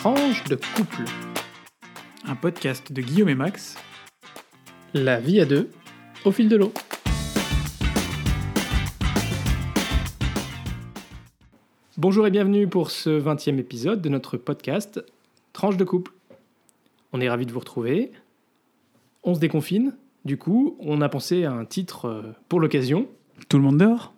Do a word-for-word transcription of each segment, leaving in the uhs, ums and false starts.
Tranche de couple, un podcast de Guillaume et Max. La vie à deux, au fil de l'eau. Bonjour et bienvenue pour ce vingtième épisode de notre podcast Tranche de couple. On est ravis de vous retrouver. On se déconfine. Du coup, on a pensé à un titre pour l'occasion. Tout le monde dehors.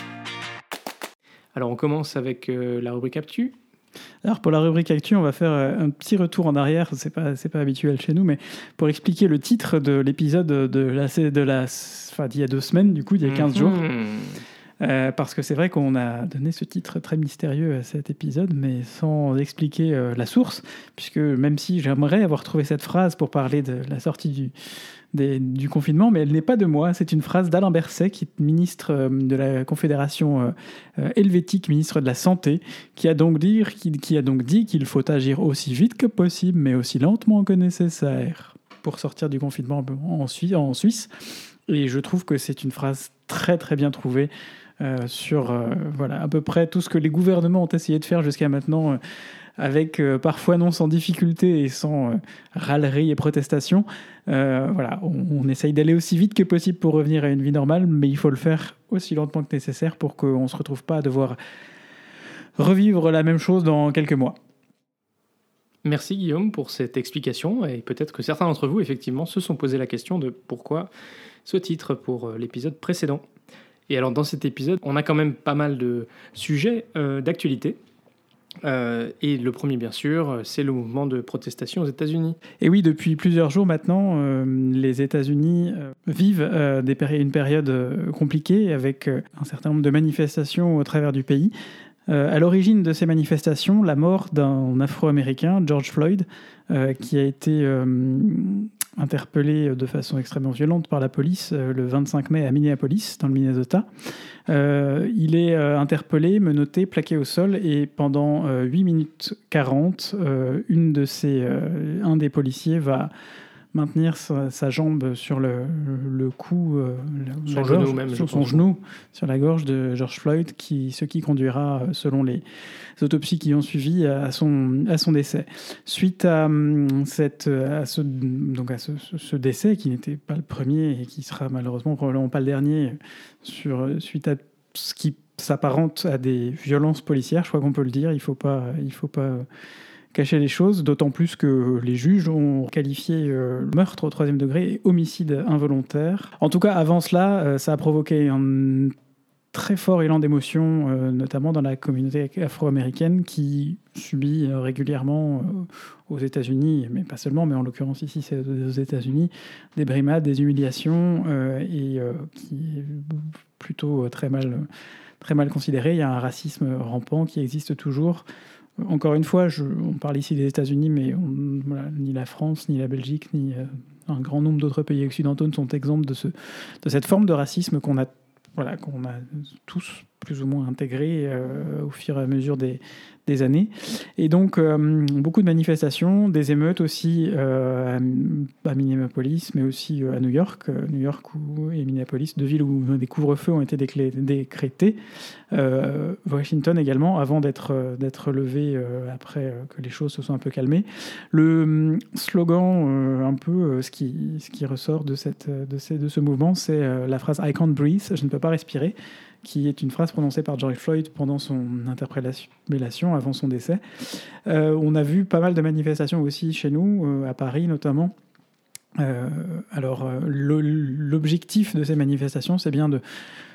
Alors on commence avec euh, la rubrique Actu. Alors pour la rubrique Actu, on va faire un petit retour en arrière, c'est pas, c'est pas habituel chez nous, mais pour expliquer le titre de l'épisode de la, de la, enfin, d'il y a deux semaines, du coup, il y a quinze mmh. jours. Euh, parce que c'est vrai qu'on a donné ce titre très mystérieux à cet épisode, mais sans expliquer euh, la source, puisque même si j'aimerais avoir trouvé cette phrase pour parler de la sortie du, des, du confinement, mais elle n'est pas de moi, c'est une phrase d'Alain Berset, qui est ministre euh, de la Confédération euh, euh, helvétique, ministre de la Santé, qui a donc dit, qui, qui a donc dit qu'il faut agir aussi vite que possible, mais aussi lentement que nécessaire, pour sortir du confinement en, Suisse, en Suisse. Et je trouve que c'est une phrase très très bien trouvée, Euh, sur euh, voilà, à peu près tout ce que les gouvernements ont essayé de faire jusqu'à maintenant, euh, avec euh, parfois non sans difficulté et sans euh, râlerie et protestation. Euh, voilà, on, on essaye d'aller aussi vite que possible pour revenir à une vie normale, mais il faut le faire aussi lentement que nécessaire pour qu'on ne se retrouve pas à devoir revivre la même chose dans quelques mois. Merci Guillaume pour cette explication, et peut-être que certains d'entre vous effectivement se sont posé la question de pourquoi ce titre pour l'épisode précédent. Et alors dans cet épisode, on a quand même pas mal de sujets euh, d'actualité. Euh, et le premier, bien sûr, c'est le mouvement de protestation aux États-Unis. Et oui, depuis plusieurs jours maintenant, euh, les États-Unis euh, vivent euh, des péri- une période euh, compliquée avec euh, un certain nombre de manifestations au travers du pays. Euh, à l'origine de ces manifestations, la mort d'un Afro-Américain, George Floyd, euh, qui a été euh, interpellé de façon extrêmement violente par la police euh, le vingt-cinq mai à Minneapolis, dans le Minnesota. Euh, il est euh, interpellé, menotté, plaqué au sol, et pendant euh, huit minutes quarante, euh, une de ces, euh, un des policiers va maintenir sa, sa jambe sur le, le cou, euh, son gorge, genou même, sur son genou, sur la gorge de George Floyd, qui, ce qui conduira, selon les autopsies qui ont suivi, à son, à son décès. Suite à, cette, à, ce, donc à ce, ce décès, qui n'était pas le premier et qui sera malheureusement probablement pas le dernier, sur, suite à ce qui s'apparente à des violences policières, je crois qu'on peut le dire, il ne faut pas... Il faut pas cacher les choses, d'autant plus que les juges ont qualifié euh, meurtre au troisième degré et homicide involontaire. En tout cas, avant cela, euh, ça a provoqué un très fort élan d'émotion, euh, notamment dans la communauté afro-américaine qui subit euh, régulièrement euh, aux États-Unis, mais pas seulement, mais en l'occurrence ici c'est aux États-Unis, des brimades, des humiliations, euh, et euh, qui est plutôt euh, très mal, très mal considéré. Il y a un racisme rampant qui existe toujours. Encore une fois, je, on parle ici des États-Unis, mais on, voilà, ni la France, ni la Belgique, ni euh, un grand nombre d'autres pays occidentaux ne sont exemples de, ce, de cette forme de racisme qu'on a, voilà, qu'on a tous plus ou moins intégré euh, au fur et à mesure des, des années. Et donc, euh, beaucoup de manifestations, des émeutes aussi euh, à, à Minneapolis, mais aussi euh, à New York, euh, New York où, et Minneapolis, deux villes où des couvre-feux ont été déclé, décrétés. Euh, Washington également, avant d'être, euh, d'être levé euh, après euh, que les choses se sont un peu calmées. Le euh, slogan, euh, un peu, euh, ce, qui, ce qui ressort de, cette, de, ces, de ce mouvement, c'est euh, la phrase « I can't breathe », je ne peux pas respirer, qui est une phrase prononcée par George Floyd pendant son interpellation, avant son décès. Euh, on a vu pas mal de manifestations aussi chez nous, euh, à Paris notamment. Euh, alors, euh, le, l'objectif de ces manifestations, c'est bien de...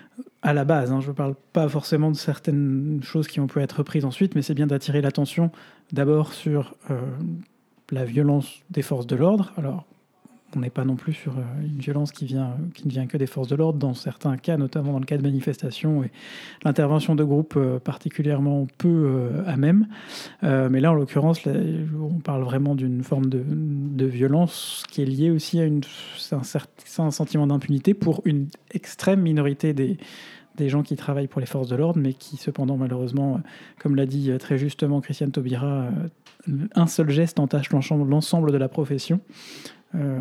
à la base, hein, je ne parle pas forcément de certaines choses qui ont pu être reprises ensuite, mais c'est bien d'attirer l'attention d'abord sur euh, la violence des forces de l'ordre. Alors, on n'est pas non plus sur une violence qui, vient, qui ne vient que des forces de l'ordre, dans certains cas, notamment dans le cas de manifestations, et l'intervention de groupes particulièrement peu à même. Euh, mais là, en l'occurrence, là, on parle vraiment d'une forme de, de violence qui est liée aussi à une, un, certain, un sentiment d'impunité pour une extrême minorité des, des gens qui travaillent pour les forces de l'ordre, mais qui cependant, malheureusement, comme l'a dit très justement Christiane Taubira, un seul geste entache l'ensemble de la profession. Euh...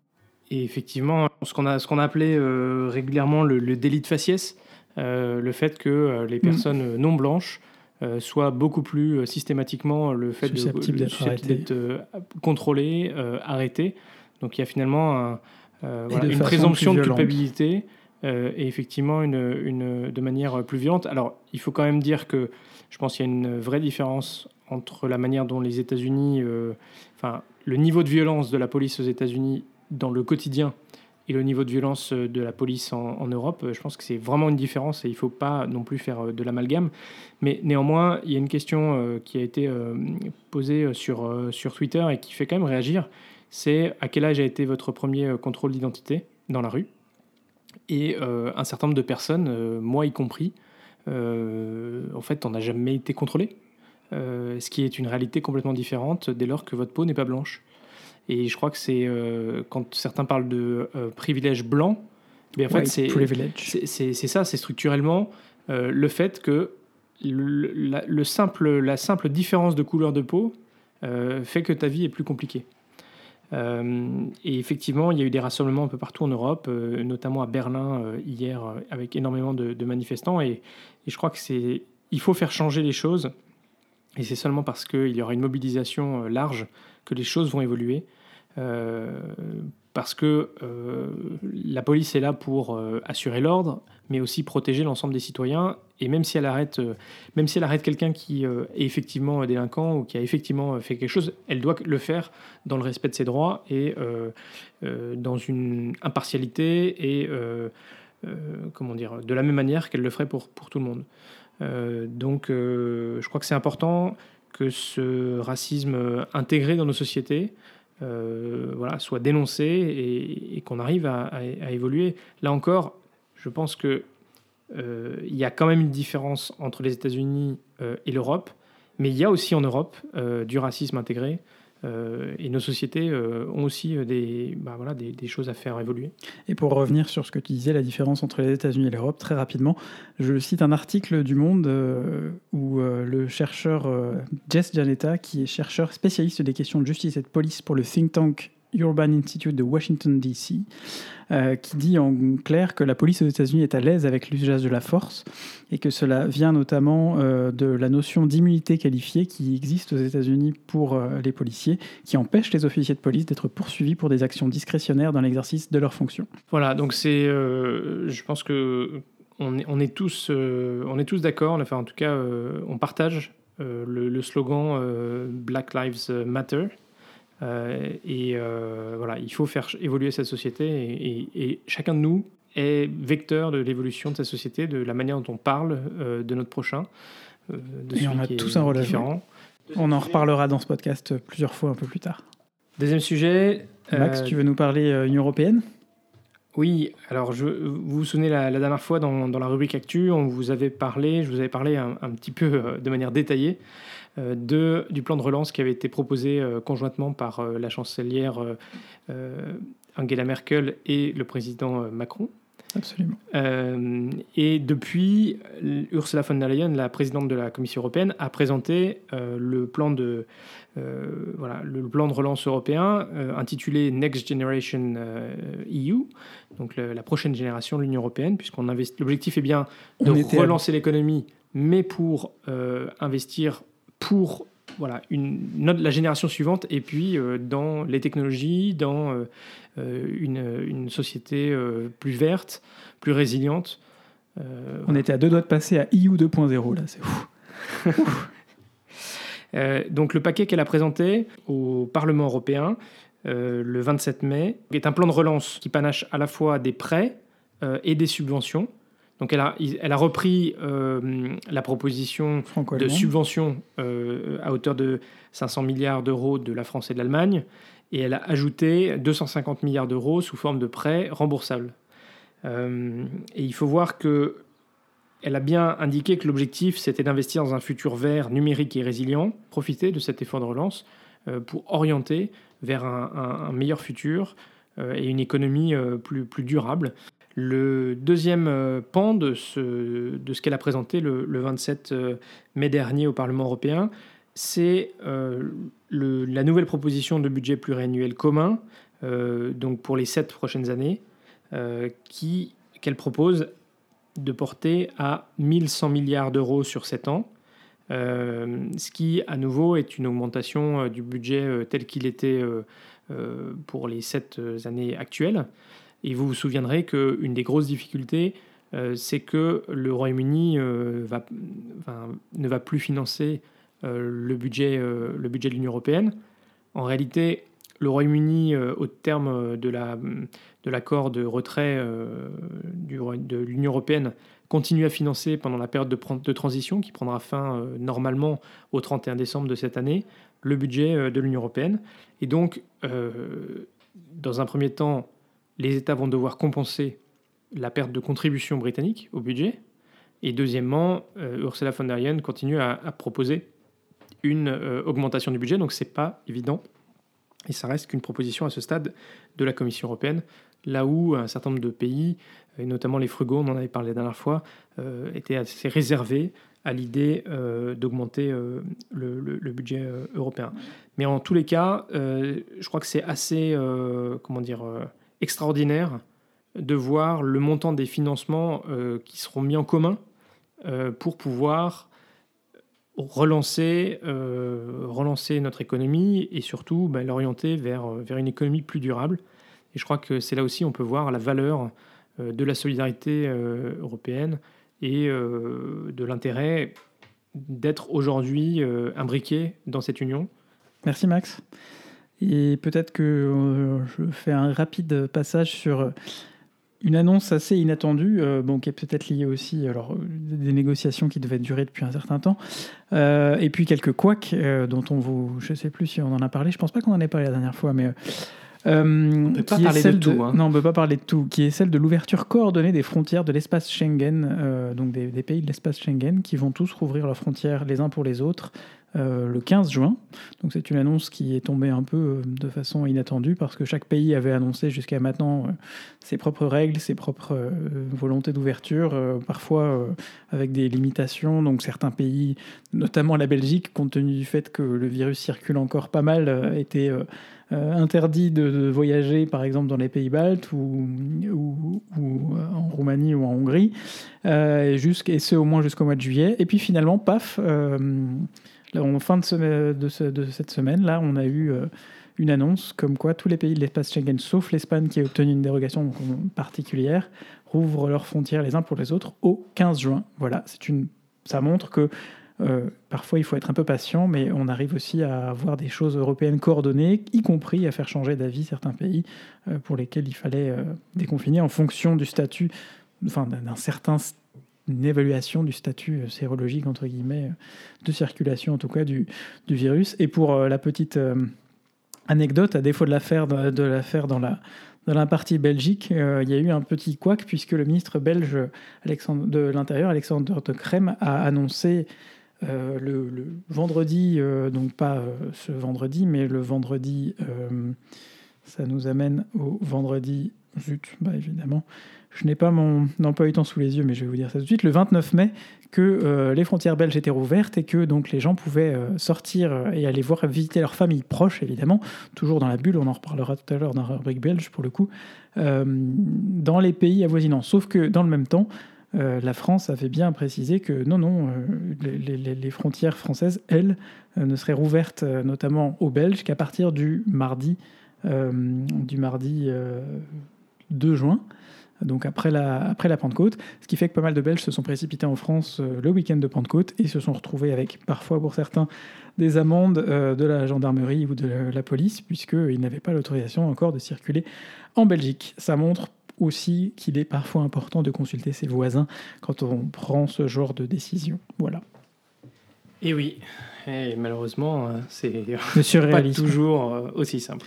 Et effectivement, ce qu'on a, ce qu'on a appelé euh, régulièrement le, le délit de faciès, euh, le fait que euh, les personnes mmh. non blanches euh, soit beaucoup plus euh, systématiquement le fait susceptible de, d'être, susceptible d'être euh, contrôlé, euh, arrêté. Donc il y a finalement un, euh, voilà, une présomption de culpabilité euh, et effectivement une, une, de manière plus violente. Alors il faut quand même dire que je pense qu'il y a une vraie différence entre la manière dont les États-Unis, euh, enfin le niveau de violence de la police aux États-Unis dans le quotidien et le niveau de violence de la police en, en Europe. Je pense que c'est vraiment une différence et il ne faut pas non plus faire de l'amalgame. Mais néanmoins, il y a une question euh, qui a été euh, posée sur, euh, sur Twitter et qui fait quand même réagir. C'est à quel âge a été votre premier euh, contrôle d'identité dans la rue ? Et euh, un certain nombre de personnes, euh, moi y compris, euh, en fait, on n'a jamais été contrôlé. Euh, ce qui est une réalité complètement différente dès lors que votre peau n'est pas blanche. Et je crois que c'est euh, quand certains parlent de euh, privilège blanc, mais en fait c'est, c'est, c'est, c'est ça, c'est structurellement euh, le fait que le, la, le simple, la simple différence de couleur de peau euh, fait que ta vie est plus compliquée. Euh, et effectivement, il y a eu des rassemblements un peu partout en Europe, euh, notamment à Berlin euh, hier, euh, avec énormément de, de manifestants. Et, et je crois que c'est, il faut faire changer les choses. Et c'est seulement parce qu'il y aura une mobilisation euh, large que les choses vont évoluer. Euh, parce que euh, la police est là pour euh, assurer l'ordre, mais aussi protéger l'ensemble des citoyens. Et même si elle arrête, euh, même si elle arrête quelqu'un qui euh, est effectivement délinquant ou qui a effectivement fait quelque chose, elle doit le faire dans le respect de ses droits et euh, euh, dans une impartialité et euh, euh, comment dire, de la même manière qu'elle le ferait pour, pour tout le monde. Euh, donc, euh, je crois que c'est important que ce racisme intégré dans nos sociétés euh, voilà, soit dénoncé et, et qu'on arrive à, à, à évoluer. Là encore, je pense qu'il euh, y a quand même une différence entre les États-Unis euh, et l'Europe, mais il y a aussi en Europe euh, du racisme intégré. Euh, et nos sociétés euh, ont aussi des, bah voilà, des, des choses à faire évoluer. Et pour revenir sur ce que tu disais, la différence entre les États-Unis et l'Europe, très rapidement, je cite un article du Monde euh, où euh, le chercheur euh, Jess Janetta, qui est chercheur spécialiste des questions de justice et de police pour le think tank Urban Institute de Washington, D C, euh, qui dit en clair que la police aux États-Unis est à l'aise avec l'usage de la force et que cela vient notamment euh, de la notion d'immunité qualifiée qui existe aux États-Unis pour euh, les policiers, qui empêche les officiers de police d'être poursuivis pour des actions discrétionnaires dans l'exercice de leurs fonctions. Voilà, donc c'est, euh, je pense que on est, on est tous, euh, on est tous d'accord. Enfin, en tout cas, euh, on partage euh, le, le slogan euh, Black Lives Matter. Euh, et euh, voilà, il faut faire évoluer cette société et, et, et chacun de nous est vecteur de l'évolution de cette société, de la manière dont on parle euh, de notre prochain. Euh, de et on a tous un rôle différent. On en reparlera dans ce podcast plusieurs fois un peu plus tard. Deuxième sujet. Max, euh, tu veux nous parler euh, Union européenne ? Oui, alors je, vous vous souvenez la, la dernière fois dans, dans la rubrique Actu, on vous avait parlé, je vous avais parlé un, un petit peu euh, de manière détaillée euh, de, du plan de relance qui avait été proposé euh, conjointement par euh, la chancelière euh, euh, Angela Merkel et le président euh, Macron. Absolument. Euh, et depuis, Ursula von der Leyen, la présidente de la Commission européenne, a présenté euh, le plan de euh, voilà le plan de relance européen euh, intitulé Next Generation euh, E U, donc le, la prochaine génération de l'Union européenne, puisqu'on investit. L'objectif est bien de relancer à... l'économie, mais pour euh, investir pour voilà une notre, la génération suivante, et puis euh, dans les technologies, dans euh, Une, une société euh, plus verte, plus résiliente. Euh, On voilà. était à deux doigts de passer à E U deux point zéro, là, c'est fou. euh, donc le paquet qu'elle a présenté au Parlement européen euh, le vingt-sept mai est un plan de relance qui panache à la fois des prêts euh, et des subventions. Donc elle a, elle a repris euh, la proposition de subvention euh, à hauteur de cinq cents milliards d'euros de la France et de l'Allemagne, et elle a ajouté deux cent cinquante milliards d'euros sous forme de prêts remboursables. Euh, et il faut voir qu'elle a bien indiqué que l'objectif, c'était d'investir dans un futur vert, numérique et résilient, profiter de cet effort de relance euh, pour orienter vers un, un, un meilleur futur euh, et une économie euh, plus, plus durable. Le deuxième euh, pan de ce, de ce qu'elle a présenté le, le vingt-sept mai dernier au Parlement européen, c'est euh, le, la nouvelle proposition de budget pluriannuel commun, euh, donc pour les sept prochaines années, euh, qui, qu'elle propose de porter à mille cent milliards d'euros sur sept ans, euh, ce qui, à nouveau, est une augmentation euh, du budget euh, tel qu'il était euh, euh, pour les sept années actuelles. Et vous vous souviendrez qu'une des grosses difficultés, euh, c'est que le Royaume-Uni euh, va, enfin, ne va plus financer euh, le, budget, euh, le budget de l'Union européenne. En réalité, le Royaume-Uni, euh, au terme de, la, de l'accord de retrait euh, du, de l'Union européenne, continue à financer pendant la période de, de transition qui prendra fin euh, normalement au trente et un décembre de cette année, le budget euh, de l'Union européenne. Et donc, euh, dans un premier temps, les États vont devoir compenser la perte de contribution britannique au budget. Et deuxièmement, euh, Ursula von der Leyen continue à, à proposer une euh, augmentation du budget. Donc, ce n'est pas évident. Et ça reste qu'une proposition à ce stade de la Commission européenne, là où un certain nombre de pays, et notamment les frugaux, on en avait parlé la dernière fois, euh, étaient assez réservés à l'idée euh, d'augmenter euh, le, le, le budget euh, européen. Mais en tous les cas, euh, je crois que c'est assez euh, comment dire, euh, extraordinaire de voir le montant des financements euh, qui seront mis en commun euh, pour pouvoir relancer, euh, relancer notre économie et surtout bah, l'orienter vers, vers une économie plus durable. Et je crois que c'est là aussi on peut voir la valeur euh, de la solidarité euh, européenne et euh, de l'intérêt d'être aujourd'hui euh, imbriqué dans cette union. Merci Max. Et peut-être que euh, je fais un rapide passage sur une annonce assez inattendue, euh, bon, qui est peut-être liée aussi alors, des négociations qui devaient durer depuis un certain temps, euh, et puis quelques couacs euh, dont on vous... Je ne sais plus si on en a parlé, je ne pense pas qu'on en ait parlé la dernière fois, mais... Euh, on ne peut pas parler de tout. De, hein. Non, on ne peut pas parler de tout, qui est celle de l'ouverture coordonnée des frontières de l'espace Schengen, euh, donc des, des pays de l'espace Schengen, qui vont tous rouvrir leurs frontières les uns pour les autres euh, le quinze juin. Donc c'est une annonce qui est tombée un peu euh, de façon inattendue, parce que chaque pays avait annoncé jusqu'à maintenant euh, ses propres règles, ses propres euh, volontés d'ouverture, euh, parfois euh, avec des limitations. Donc certains pays, notamment la Belgique, compte tenu du fait que le virus circule encore pas mal, euh, étaient... Euh, Euh, interdit de, de voyager, par exemple, dans les pays baltes ou, ou, ou euh, en Roumanie ou en Hongrie, euh, et, et ce au moins jusqu'au mois de juillet. Et puis finalement, paf, euh, là, en fin de, semaine, de, ce, de cette semaine, là, on a eu euh, une annonce comme quoi tous les pays de l'espace Schengen, sauf l'Espagne qui a obtenu une dérogation particulière, rouvrent leurs frontières les uns pour les autres au quinze juin. Voilà, c'est une, ça montre que Euh, parfois, il faut être un peu patient, mais on arrive aussi à avoir des choses européennes coordonnées, y compris à faire changer d'avis certains pays euh, pour lesquels il fallait euh, déconfiner en fonction du statut, enfin d'un certain, une évaluation du statut sérologique, entre guillemets, de circulation en tout cas du, du virus. Et pour euh, la petite euh, anecdote, à défaut de l'affaire de, de l'affaire dans la Dans la partie Belgique, euh, il y a eu un petit couac puisque le ministre belge Alexandre, de l'Intérieur, Alexander De Crème, a annoncé euh, le, le vendredi, euh, donc pas euh, ce vendredi, mais le vendredi, euh, ça nous amène au vendredi, zut, bah évidemment, je n'ai pas mon emploi du temps sous les yeux, mais je vais vous dire ça tout de suite, le vingt-neuf mai, que euh, les frontières belges étaient rouvertes et que donc les gens pouvaient euh, sortir et aller voir visiter leurs familles proches, évidemment, toujours dans la bulle, on en reparlera tout à l'heure dans la rubrique belge pour le coup, euh, dans les pays avoisinants. Sauf que dans le même temps, euh, la France avait bien précisé que non, non, euh, les, les, les frontières françaises, elles, euh, ne seraient rouvertes euh, notamment aux Belges qu'à partir du mardi, euh, du mardi euh, deux juin. Donc après la, après la Pentecôte, ce qui fait que pas mal de Belges se sont précipités en France euh, le week-end de Pentecôte et se sont retrouvés avec, parfois pour certains, des amendes euh, de la gendarmerie ou de la, la police, puisqu'ils n'avaient pas l'autorisation encore de circuler en Belgique. Ça montre aussi qu'il est parfois important de consulter ses voisins quand on prend ce genre de décision. Voilà. Et oui, et malheureusement, c'est le pas toujours aussi simple.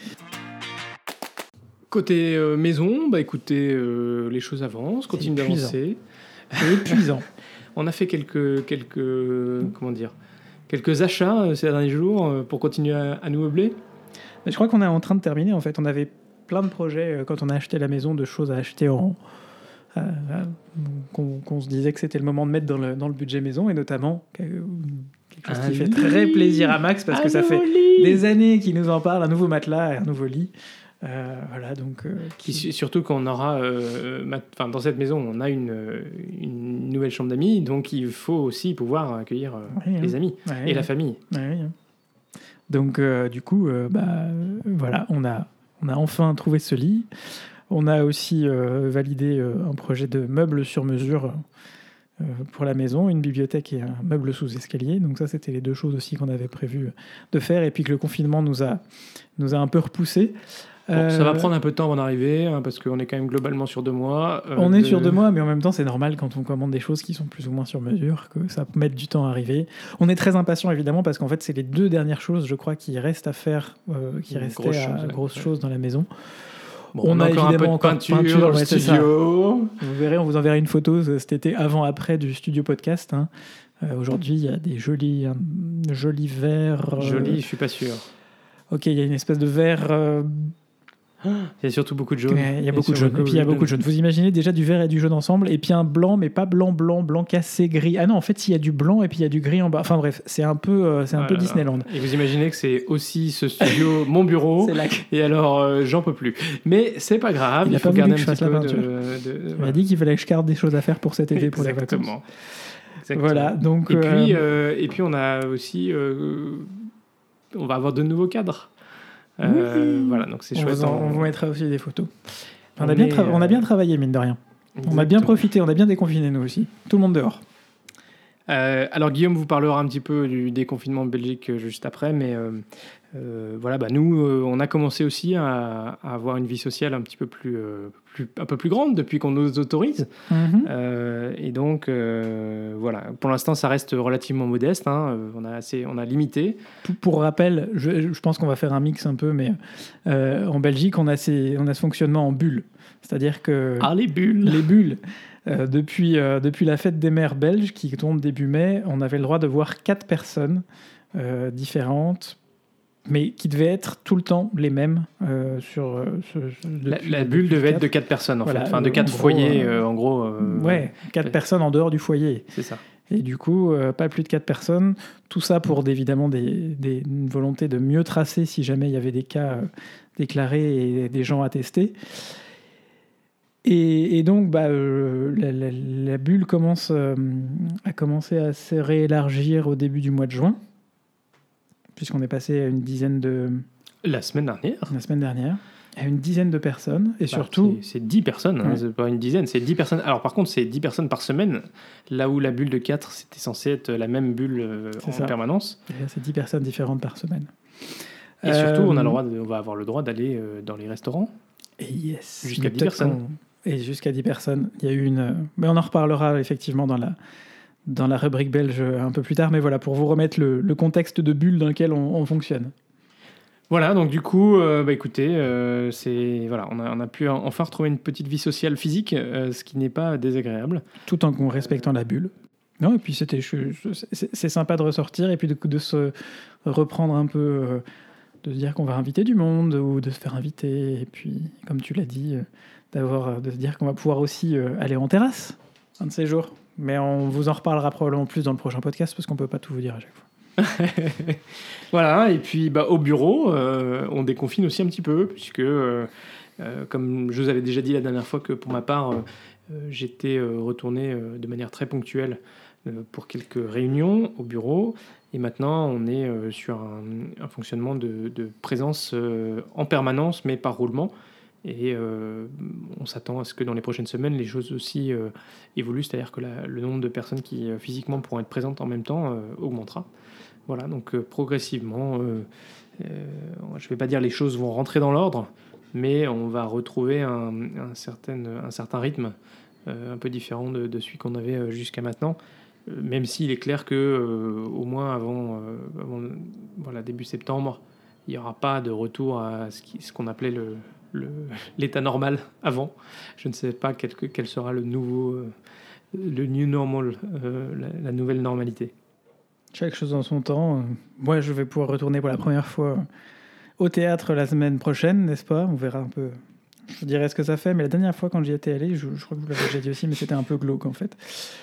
Côté euh, maison, bah écoutez, euh, les choses avancent, continuent d'avancer. C'est épuisant. On a fait quelques, quelques, comment dire, quelques achats euh, ces derniers jours euh, pour continuer à, à nous meubler. Je crois qu'on est en train de terminer. En fait, on avait plein de projets euh, quand on a acheté la maison, de choses à acheter en, euh, euh, qu'on, qu'on se disait que c'était le moment de mettre dans le, dans le budget maison, et notamment euh, quelque chose un qui lit. fait très plaisir à Max parce un que ça fait lit. des années qu'il nous en parle, un nouveau matelas et un nouveau lit. Euh, voilà, donc, euh, qui... Surtout qu'on aura, euh, ma... dans cette maison, on a une, une nouvelle chambre d'amis, donc il faut aussi pouvoir accueillir euh, oui, les hein. amis ouais, et ouais. la famille. Ouais, oui, hein. Donc, euh, du coup, euh, bah, euh, voilà, on a, on a enfin trouvé ce lit. On a aussi euh, validé euh, un projet de meubles sur mesure euh, pour la maison, une bibliothèque et un meuble sous escalier. Donc ça, c'était les deux choses aussi qu'on avait prévu de faire, et puis que le confinement nous a, nous a un peu repoussé. Bon, euh, ça va prendre un peu de temps avant d'arriver, hein, parce qu'on est quand même globalement sur deux mois. Euh, on est de... sur deux mois, mais en même temps, c'est normal quand on commande des choses qui sont plus ou moins sur mesure, que ça mette du temps à arriver. On est très impatient, évidemment, parce qu'en fait, c'est les deux dernières choses, je crois, qui restent à faire, euh, qui restaient grosse à chose, grosse ouais. chose dans la maison. Bon, on, on a, a encore évidemment un peu de peinture, encore peinture, ouais, studio. Vous verrez, on vous enverra une photo cet été avant-après du studio podcast. Hein. Euh, aujourd'hui, il y a des jolis, un, jolis verres. Jolis, euh... je suis pas sûr. Ok, il y a une espèce de verre. Euh... Il y a surtout beaucoup de jaune. Il y a beaucoup de jaune. Et puis il y a beaucoup de jaune. Vous imaginez déjà du vert et du jaune ensemble, et puis un blanc, mais pas blanc, blanc, blanc cassé, gris. Ah non, en fait, il y a du blanc et puis il y a du gris en bas. Enfin bref, c'est un peu, euh, c'est un voilà. peu Disneyland. Et vous imaginez que c'est aussi ce studio, mon bureau. C'est là. Et alors, euh, j'en peux plus. Mais c'est pas grave. Il, il a faut pas garder voulu un que petit je peu fasse de, la de, de. Il voilà. m'a dit qu'il fallait que je garde des choses à faire pour cet été, pour les vacances. Exactement. Voilà. Donc. Et euh... puis, euh, et puis on a aussi, euh, on va avoir de nouveaux cadres. Euh, oui. Voilà, donc c'est on chouette. Vous en, on vous mettra aussi des photos. On, on, a bien, tra- est, on a bien travaillé, mine de rien. Exactement. On a bien profité, on a bien déconfiné, nous aussi. Tout le monde dehors. Euh, alors, Guillaume vous parlera un petit peu du déconfinement en Belgique juste après, mais euh, euh, voilà, bah, nous, euh, on a commencé aussi à, à avoir une vie sociale un petit peu plus, euh, plus, un peu plus grande depuis qu'on nous autorise. Mm-hmm. Euh, et donc, euh, voilà, pour l'instant, ça reste relativement modeste. Hein, on, a assez, on a limité. Pour, pour rappel, je, je pense qu'on va faire un mix un peu, mais euh, en Belgique, on a, ces, on a ce fonctionnement en bulles. C'est-à-dire que... Ah, les bulles Les bulles euh, depuis, euh, depuis la fête des mères belges, qui tombe début mai, on avait le droit de voir quatre personnes euh, différentes, mais qui devaient être tout le temps les mêmes. Euh, sur, sur, la la bulle devait quatre. être de quatre personnes, en voilà, fait. Enfin, de quatre foyers, gros, euh, en gros. Euh, ouais, quatre ouais. personnes en dehors du foyer. C'est ça. Et du coup, euh, pas plus de quatre personnes. Tout ça pour, évidemment, des, des, une volonté de mieux tracer si jamais il y avait des cas euh, déclarés et des gens à tester. Et, et donc, bah, euh, la, la, la bulle commence, euh, a commencé à se réélargir au début du mois de juin, puisqu'on est passé à une dizaine de... La semaine dernière La semaine dernière, à une dizaine de personnes. Et bah, surtout... C'est, c'est dix personnes, hein, ouais. C'est pas une dizaine, c'est dix personnes. Alors par contre, c'est dix personnes par semaine, là où la bulle de quatre, c'était censé être la même bulle euh, en ça. permanence. Et là, c'est dix personnes différentes par semaine. Et euh... surtout, on, a le droit de, on va avoir le droit d'aller euh, dans les restaurants. Et yes. Jusqu'à dix personnes. Et jusqu'à dix personnes. Il y a eu une... Mais on en reparlera effectivement dans la, dans la rubrique belge un peu plus tard. Mais voilà, pour vous remettre le, le contexte de bulle dans lequel on, on fonctionne. Voilà, donc du coup, euh, bah, écoutez, euh, c'est, voilà, on, a, on a pu enfin retrouver une petite vie sociale physique, euh, ce qui n'est pas désagréable. Tout en respectant la bulle. Non, et puis c'était, je, je, c'est, c'est sympa de ressortir et puis de, de se reprendre un peu... Euh, de se dire qu'on va inviter du monde ou de se faire inviter. Et puis, comme tu l'as dit... Euh, D'avoir, de se dire qu'on va pouvoir aussi euh, aller en terrasse un de ces jours. Mais on vous en reparlera probablement plus dans le prochain podcast parce qu'on ne peut pas tout vous dire à chaque fois. Voilà, et puis bah, au bureau, euh, on déconfine aussi un petit peu, puisque, euh, euh, comme je vous avais déjà dit la dernière fois, que pour ma part, euh, j'étais euh, retourné euh, de manière très ponctuelle euh, pour quelques réunions au bureau. Et maintenant, on est euh, sur un, un fonctionnement de, de présence euh, en permanence, mais par roulement. Et euh, on s'attend à ce que dans les prochaines semaines, les choses aussi euh, évoluent, c'est-à-dire que la, le nombre de personnes qui euh, physiquement pourront être présentes en même temps euh, augmentera. Voilà, donc euh, progressivement, euh, euh, je ne vais pas dire les choses vont rentrer dans l'ordre, mais on va retrouver un, un, certain, un certain rythme euh, un peu différent de, de celui qu'on avait jusqu'à maintenant, euh, même s'il est clair que euh, au moins avant, euh, avant voilà, début septembre, il n'y aura pas de retour à ce, qui, ce qu'on appelait le... Le, l'état normal avant. Je ne sais pas quel, quel sera le nouveau, euh, le new normal, euh, la, la nouvelle normalité. Chaque chose en son temps. Moi, je vais pouvoir retourner pour la première fois au théâtre la semaine prochaine, n'est-ce pas ? On verra un peu. Je vous dirai ce que ça fait, mais la dernière fois quand j'y étais allé, je, je crois que vous l'avez déjà dit aussi, mais c'était un peu glauque en fait.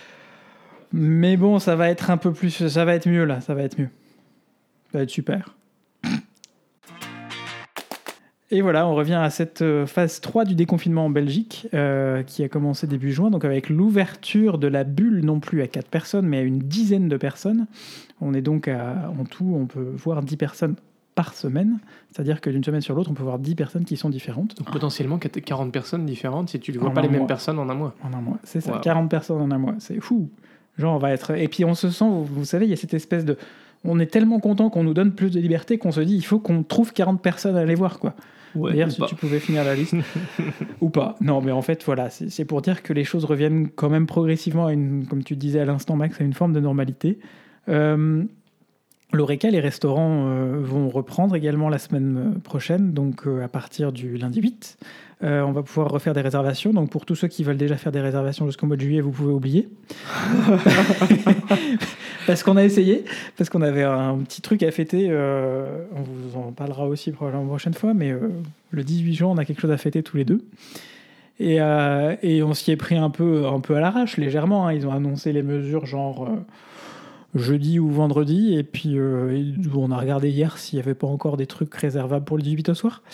Mais bon, ça va être un peu plus, ça va être mieux là, ça va être mieux. Ça va être super. Et voilà, on revient à cette phase trois du déconfinement en Belgique, euh, qui a commencé début juin, donc avec l'ouverture de la bulle, non plus à quatre personnes, mais à une dizaine de personnes. On est donc à, en tout, on peut voir dix personnes par semaine, c'est-à-dire que d'une semaine sur l'autre, on peut voir dix personnes qui sont différentes. Donc potentiellement quarante personnes différentes si tu ne vois En pas les mêmes mois. personnes en un mois. En un mois, c'est ça, Wow. quarante personnes en un mois, c'est fou. Genre, on va être... Et puis on se sent, vous, vous savez, il y a cette espèce de... On est tellement content qu'on nous donne plus de liberté qu'on se dit, il faut qu'on trouve quarante personnes à aller voir, quoi. Ouais, D'ailleurs, ou si pas. tu pouvais finir la liste. Ou pas. Non, mais en fait, voilà, c'est, c'est pour dire que les choses reviennent quand même progressivement, à une, comme tu disais à l'instant, Max, à une forme de normalité. Euh, L'Horeca, les restaurants euh, vont reprendre également la semaine prochaine, donc euh, à partir du lundi huit. Euh, on va pouvoir refaire des réservations. Donc pour tous ceux qui veulent déjà faire des réservations jusqu'au mois de juillet, vous pouvez oublier. Parce qu'on a essayé, parce qu'on avait un petit truc à fêter. Euh, on vous en parlera aussi probablement la prochaine fois, mais euh, le dix-huit juin, on a quelque chose à fêter tous les deux. Et, euh, et on s'y est pris un peu, un peu à l'arrache, légèrement. Hein. Ils ont annoncé les mesures genre... Euh, jeudi ou vendredi, et puis euh, et on a regardé hier s'il n'y avait pas encore des trucs réservables pour le dix-huit au soir.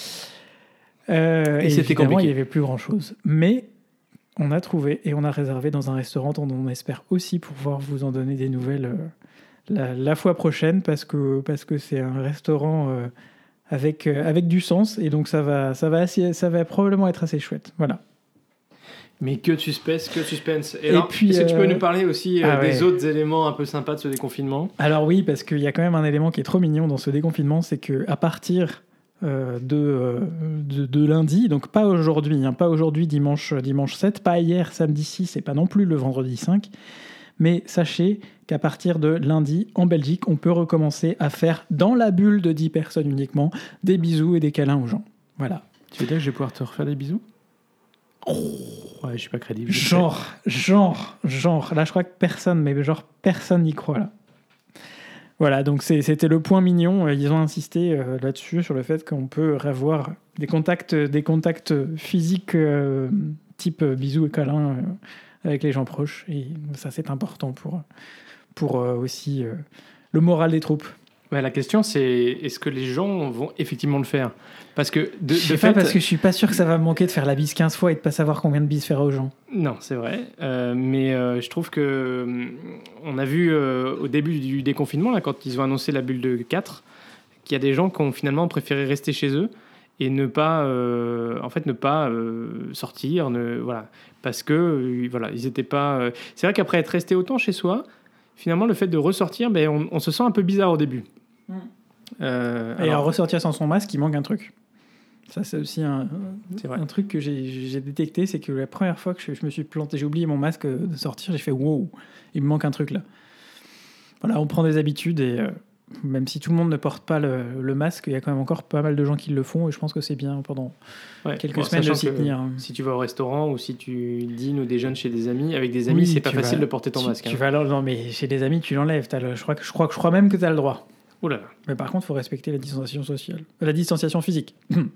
Euh, Et et c'était évidemment, compliqué. il n'y avait plus grand-chose. Mais on a trouvé et on a réservé dans un restaurant dont on espère aussi pouvoir vous en donner des nouvelles euh, la, la fois prochaine, parce que, parce que c'est un restaurant euh, avec, euh, avec du sens, et donc ça va, ça, va assez, ça va probablement être assez chouette. Voilà. Mais que de suspense, que de suspense. Et, Et alors, puis, est-ce que tu peux euh, nous parler aussi euh, ah des ouais. autres éléments un peu sympas de ce déconfinement ? Alors oui, parce qu'il y a quand même un élément qui est trop mignon dans ce déconfinement, c'est qu'à partir euh, de, euh, de, de lundi, donc pas aujourd'hui, hein, pas aujourd'hui dimanche, dimanche sept, pas hier samedi six et pas non plus le vendredi cinq, mais sachez qu'à partir de lundi, en Belgique, on peut recommencer à faire dans la bulle de dix personnes uniquement des bisous et des câlins aux gens. Voilà. Tu veux dire que je vais pouvoir te refaire des bisous ? Ouais, je suis pas crédible. je Genre, genre, genre. Là, je crois que personne, mais genre personne n'y croit là. Voilà, donc c'est, c'était le point mignon. Ils ont insisté euh, là-dessus, sur le fait qu'on peut avoir des contacts, des contacts physiques euh, type euh, bisous et câlins euh, avec les gens proches. Et ça, c'est important pour, pour euh, aussi euh, le moral des troupes. Ouais, la question, c'est est-ce que les gens vont effectivement le faire ? Parce que de, Je sais de pas, fait, parce que je suis pas sûr que ça va me manquer de faire la bise quinze fois et de pas savoir combien de bises faire aux gens. non, c'est vrai. Euh, mais euh, je trouve que hum, on a vu euh, au début du déconfinement, là, quand ils ont annoncé la bulle de quatre, qu'il y a des gens qui ont finalement préféré rester chez eux et ne pas, euh, en fait, ne pas euh, sortir, ne, voilà, parce que euh, voilà, ils étaient pas. Euh... C'est vrai qu'après être resté autant chez soi, finalement, le fait de ressortir, ben, on, on se sent un peu bizarre au début. Mm. Euh, Et alors, à ressortir sans son masque, il manque un truc. Ça, c'est aussi un, C'est vrai. un truc que j'ai, j'ai détecté, c'est que la première fois que je, je me suis planté, j'ai oublié mon masque de sortir, j'ai fait wow, il me manque un truc là. Voilà, on prend des habitudes et euh, même si tout le monde ne porte pas le, le masque, il y a quand même encore pas mal de gens qui le font et je pense que c'est bien pendant ouais. quelques Bon, semaines de sachant s'y que tenir. Si tu vas au restaurant ou si tu dînes ou déjeunes chez des amis, avec des amis, Oui, c'est pas tu facile vas- de porter ton tu, masque. Tu hein. vas alors, non, mais chez des amis, tu l'enlèves. T'as le, je, crois que, je, crois que, je crois même que tu as le droit. Oh là là. Mais par contre, il faut respecter la distanciation sociale. Euh, La distanciation physique.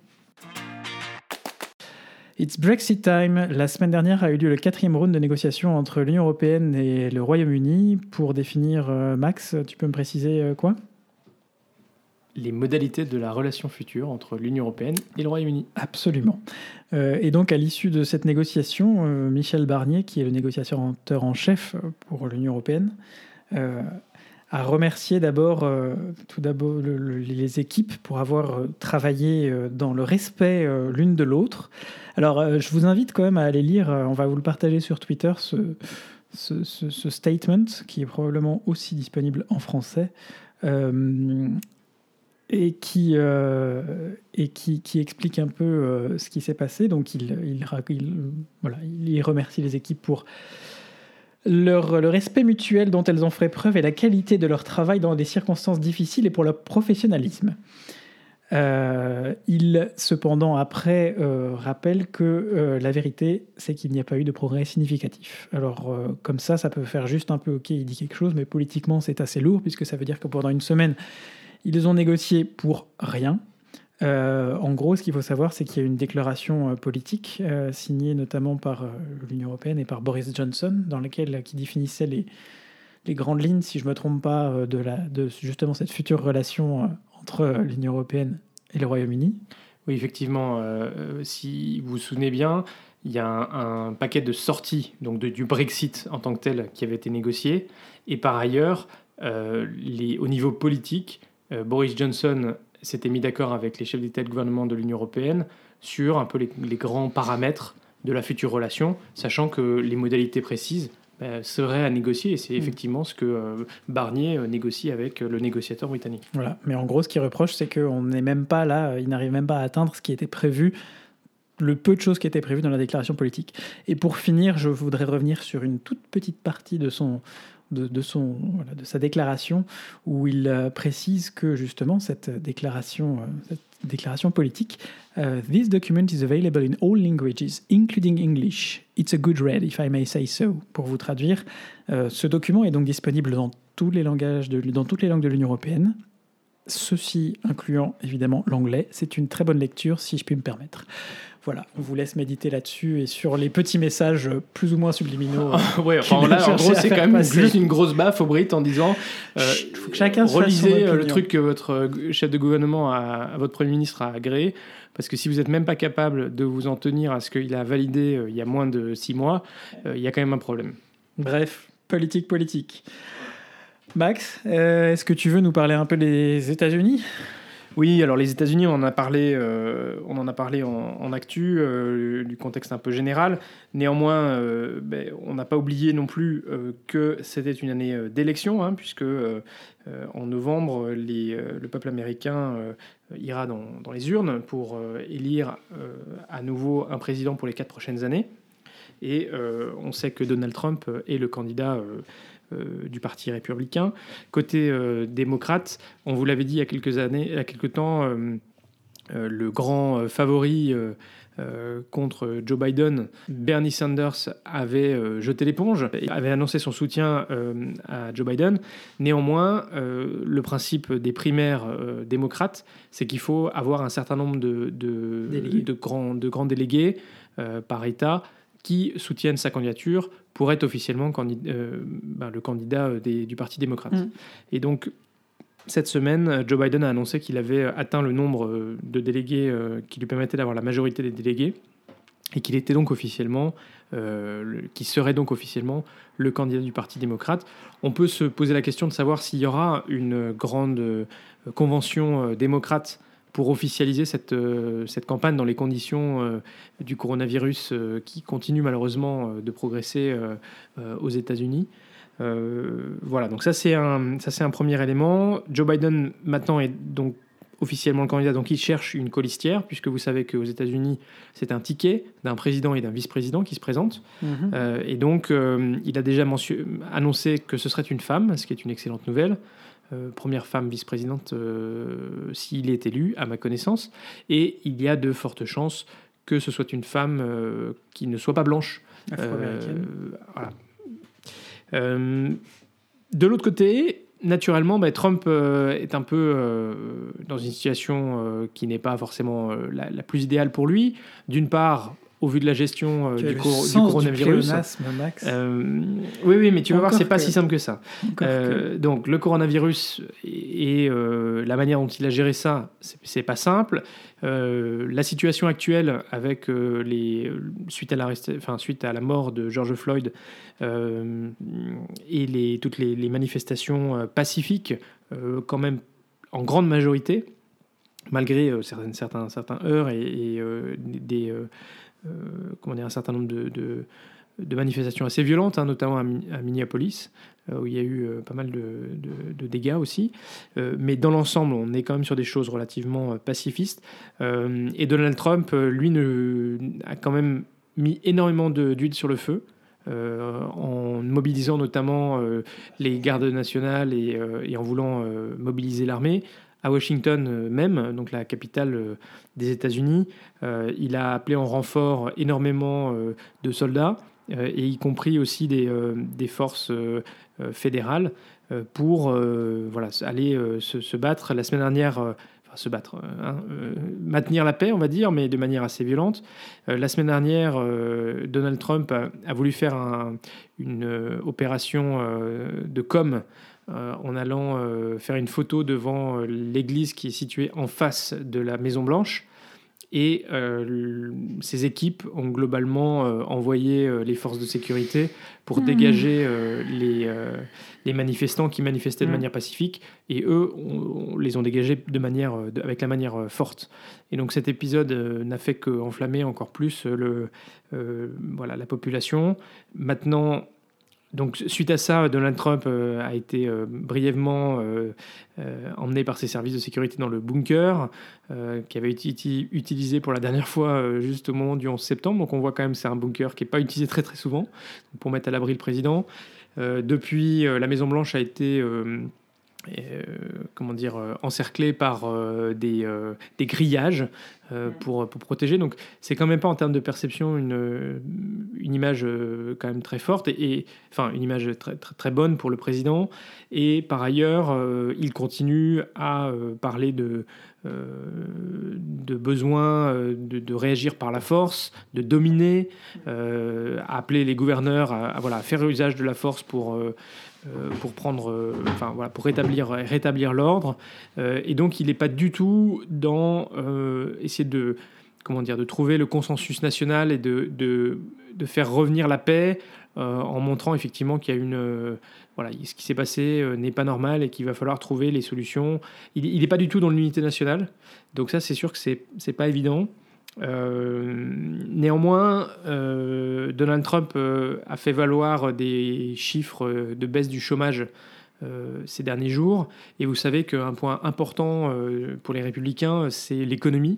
It's Brexit time. La semaine dernière a eu lieu le quatrième round de négociations entre l'Union européenne et le Royaume-Uni. Pour définir, euh, Max, tu peux me préciser euh, quoi ? Les modalités de la relation future entre l'Union européenne et le Royaume-Uni. Absolument. Euh, et donc, à l'issue de cette négociation, euh, Michel Barnier, qui est le négociateur en chef pour l'Union européenne, euh, a remercié d'abord, euh, tout d'abord le, le, les équipes pour avoir euh, travaillé euh, dans le respect euh, l'une de l'autre. Alors, euh, je vous invite quand même à aller lire, euh, on va vous le partager sur Twitter, ce, ce, ce, ce statement, qui est probablement aussi disponible en français. Euh, et qui, euh, et qui, qui explique un peu euh, ce qui s'est passé. Donc, il, il, il, voilà, il remercie les équipes pour leur, le respect mutuel dont elles ont fait preuve et la qualité de leur travail dans des circonstances difficiles et pour leur professionnalisme. Euh, il, cependant, après, euh, rappelle que euh, la vérité, c'est qu'il n'y a pas eu de progrès significatif. Alors, euh, comme ça, ça peut faire juste un peu « ok, il dit quelque chose », mais politiquement, c'est assez lourd, puisque ça veut dire que pendant une semaine, ils ont négocié pour rien. Euh, en gros, ce qu'il faut savoir, c'est qu'il y a une déclaration euh, politique euh, signée notamment par euh, l'Union européenne et par Boris Johnson, dans laquelle qui définissait les, les grandes lignes, si je ne me trompe pas, euh, de, la, de justement cette future relation euh, entre euh, l'Union européenne et le Royaume-Uni. Oui, effectivement, euh, si vous vous souvenez bien, il y a un, un paquet de sorties donc de, du Brexit en tant que tel qui avait été négocié. Et par ailleurs, euh, les, au niveau politique, euh, Boris Johnson s'était mis d'accord avec les chefs d'État et de gouvernement de l'Union européenne sur un peu les, les grands paramètres de la future relation, sachant que les modalités précises euh, seraient à négocier. Et c'est effectivement ce que euh, Barnier euh, négocie avec euh, le négociateur britannique. Voilà. Mais en gros, ce qu'il reproche, c'est qu'on n'est même pas là, il n'arrive même pas à atteindre ce qui était prévu, le peu de choses qui étaient prévues dans la déclaration politique. Et pour finir, je voudrais revenir sur une toute petite partie de son... De, de, son, voilà, de sa déclaration, où il euh, précise que justement cette déclaration, euh, cette déclaration politique, uh, this document is available in all languages, including English. It's a good read, if I may say so. Pour vous traduire, euh, ce document est donc disponible dans tous les langages, de, dans toutes les langues de l'Union européenne. Ceci incluant évidemment l'anglais. C'est une très bonne lecture, si je puis me permettre. Voilà, on vous laisse méditer là-dessus et sur les petits messages plus ou moins subliminaux. Ouais, enfin là, en gros, c'est quand même passer. Juste une grosse baffe au Brit en disant euh, Chut, faut que chacun se relisez le truc que votre chef de gouvernement, a, votre Premier ministre a agréé, parce que si vous n'êtes même pas capable de vous en tenir à ce qu'il a validé euh, il y a moins de six mois, euh, il y a quand même un problème. Bref, politique, politique. Max, euh, est-ce que tu veux nous parler un peu des États-Unis ? Oui, alors les États-Unis, on en a parlé, euh, on en a parlé en, en actu, euh, du contexte un peu général. Néanmoins, euh, ben, on n'a pas oublié non plus euh, que c'était une année euh, d'élection, hein, puisque euh, euh, en novembre, les, euh, le peuple américain euh, ira dans, dans les urnes pour euh, élire euh, à nouveau un président pour les quatre prochaines années. Et euh, on sait que Donald Trump est le candidat euh, euh, du Parti républicain. Côté euh, démocrate, on vous l'avait dit il y a quelques années, il y a quelques temps, euh, euh, le grand euh, favori euh, euh, contre Joe Biden, Bernie Sanders, avait euh, jeté l'éponge, avait annoncé son soutien euh, à Joe Biden. Néanmoins, euh, le principe des primaires euh, démocrates, c'est qu'il faut avoir un certain nombre de, de, de, grands, de grands délégués euh, par État qui soutiennent sa candidature pour être officiellement candid- euh, ben, le candidat des, du Parti démocrate. Mmh. Et donc, cette semaine, Joe Biden a annoncé qu'il avait atteint le nombre de délégués euh, qui lui permettait d'avoir la majorité des délégués et qu'il était donc officiellement, euh, le, qui serait donc officiellement le candidat du Parti démocrate. On peut se poser la question de savoir s'il y aura une grande euh, convention euh, démocrate pour officialiser cette, euh, cette campagne dans les conditions euh, du coronavirus euh, qui continue malheureusement euh, de progresser euh, euh, aux États-Unis. Euh, voilà, donc ça c'est, un, ça c'est un premier élément. Joe Biden maintenant est donc officiellement le candidat, donc il cherche une colistière, puisque vous savez qu'aux États-Unis, c'est un ticket d'un président et d'un vice-président qui se présentent. Mmh. Euh, et donc, euh, il a déjà mention- annoncé que ce serait une femme, ce qui est une excellente nouvelle. Euh, première femme vice-présidente euh, s'il est élu, à ma connaissance. Et il y a de fortes chances que ce soit une femme euh, qui ne soit pas blanche. Afro-américaine. Euh, voilà. Euh, de l'autre côté, naturellement, bah, Trump euh, est un peu euh, dans une situation euh, qui n'est pas forcément euh, la, la plus idéale pour lui. D'une part, au vu de la gestion euh, du, cor- du coronavirus. Du Max. Euh, oui, oui, mais tu vas Encore voir, c'est que... pas si simple que ça. Euh, que... Donc, le coronavirus et, et euh, la manière dont il a géré ça, c'est, c'est pas simple. Euh, la situation actuelle, avec euh, les suite à la enfin suite à la mort de George Floyd euh, et les toutes les, les manifestations euh, pacifiques, euh, quand même en grande majorité, malgré euh, certaines certains certains heurts et, et euh, des euh, Euh, comment dire, un certain nombre de, de, de manifestations assez violentes, hein, notamment à, à Minneapolis, euh, où il y a eu euh, pas mal de, de, de dégâts aussi. Euh, mais dans l'ensemble, on est quand même sur des choses relativement euh, pacifistes. Euh, et Donald Trump, euh, lui, ne, a quand même mis énormément de, d'huile sur le feu. Euh, en mobilisant notamment euh, les gardes nationales et, euh, et en voulant euh, mobiliser l'armée. À Washington euh, même, donc la capitale euh, des États-Unis, euh, il a appelé en renfort énormément euh, de soldats, euh, et y compris aussi des, euh, des forces euh, fédérales, euh, pour euh, voilà, aller euh, se, se battre. La semaine dernière, euh, enfin se battre, hein, euh, maintenir la paix, on va dire, mais de manière assez violente. Euh, la semaine dernière, euh, Donald Trump a, a voulu faire un, une euh, opération euh, de com', Euh, en allant euh, faire une photo devant euh, l'église qui est située en face de la Maison Blanche, Et euh, ces équipes ont globalement euh, envoyé euh, les forces de sécurité pour mmh. dégager euh, les, euh, les manifestants qui manifestaient mmh. de manière pacifique. Et eux, on, on les ont dégagés de manière, de, avec la manière euh, forte. Et donc cet épisode euh, n'a fait qu'enflammer encore plus le, euh, voilà, la population. Maintenant... Donc, suite à ça, Donald Trump euh, a été euh, brièvement euh, euh, emmené par ses services de sécurité dans le bunker euh, qui avait été utilisé pour la dernière fois euh, juste au moment du onze septembre. Donc, on voit quand même que c'est un bunker qui n'est pas utilisé très très souvent pour mettre à l'abri le président. Euh, depuis, euh, la Maison-Blanche a été... Euh, Euh, comment dire, euh, encerclé par euh, des, euh, des grillages euh, pour, pour protéger. Donc c'est quand même pas en termes de perception une, une image euh, quand même très forte, et, et, enfin une image très, très, très bonne pour le président. Et par ailleurs, euh, il continue à euh, parler de, euh, de besoin de, de réagir par la force, de dominer, euh, à appeler les gouverneurs à, à, voilà, à faire usage de la force pour... Euh, Euh, pour prendre, euh, enfin voilà, pour rétablir, rétablir l'ordre. Euh, et donc, il n'est pas du tout dans euh, essayer de, comment dire, de trouver le consensus national et de, de, de faire revenir la paix euh, en montrant effectivement qu'il y a une, euh, voilà, ce qui s'est passé euh, n'est pas normal et qu'il va falloir trouver les solutions. Il n'est pas du tout dans l'unité nationale. Donc ça, c'est sûr que c'est c'est pas évident. Euh, néanmoins, euh, Donald Trump euh, a fait valoir des chiffres de baisse du chômage euh, ces derniers jours. Et vous savez qu'un point important euh, pour les républicains, c'est l'économie.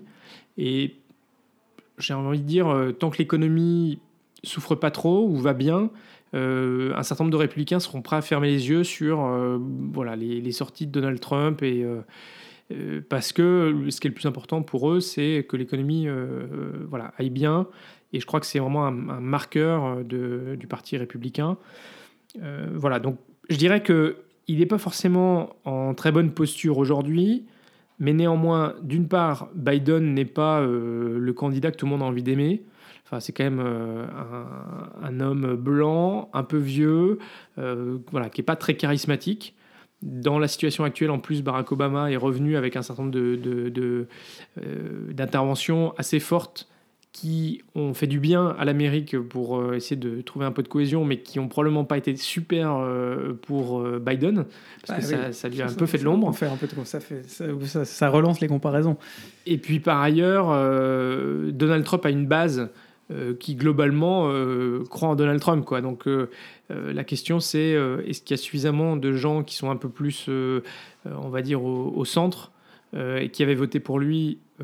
Et j'ai envie de dire, euh, tant que l'économie souffre pas trop ou va bien, euh, un certain nombre de républicains seront prêts à fermer les yeux sur euh, voilà, les, les sorties de Donald Trump et... Euh, Euh, parce que ce qui est le plus important pour eux, c'est que l'économie euh, voilà, aille bien. Et je crois que c'est vraiment un, un marqueur de, du Parti républicain. Euh, voilà, donc je dirais qu'il n'est pas forcément en très bonne posture aujourd'hui, mais néanmoins, d'une part, Biden n'est pas euh, le candidat que tout le monde a envie d'aimer. Enfin, c'est quand même euh, un, un homme blanc, un peu vieux, euh, voilà, qui n'est pas très charismatique. Dans la situation actuelle, en plus, Barack Obama est revenu avec un certain nombre de, de, de, euh, d'interventions assez fortes qui ont fait du bien à l'Amérique pour euh, essayer de trouver un peu de cohésion, mais qui n'ont probablement pas été super euh, pour euh, Biden, parce que ah, ça, oui. ça lui a ça, un peu fait de l'ombre. Fait un peu de, ça, fait, ça, ça, ça relance les comparaisons. Et puis par ailleurs, euh, Donald Trump a une base euh, qui globalement euh, croit en Donald Trump, quoi. Donc euh, Euh, la question, c'est euh, est-ce qu'il y a suffisamment de gens qui sont un peu plus, euh, euh, on va dire, au, au centre euh, et qui avaient voté pour lui euh,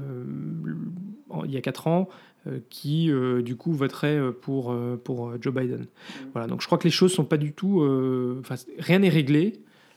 en, il y a quatre ans, euh, qui, euh, du coup, voteraient pour, euh, pour Joe Biden. Mmh. Voilà, donc je crois que les choses ne sont pas du tout... Euh, rien n'est réglé.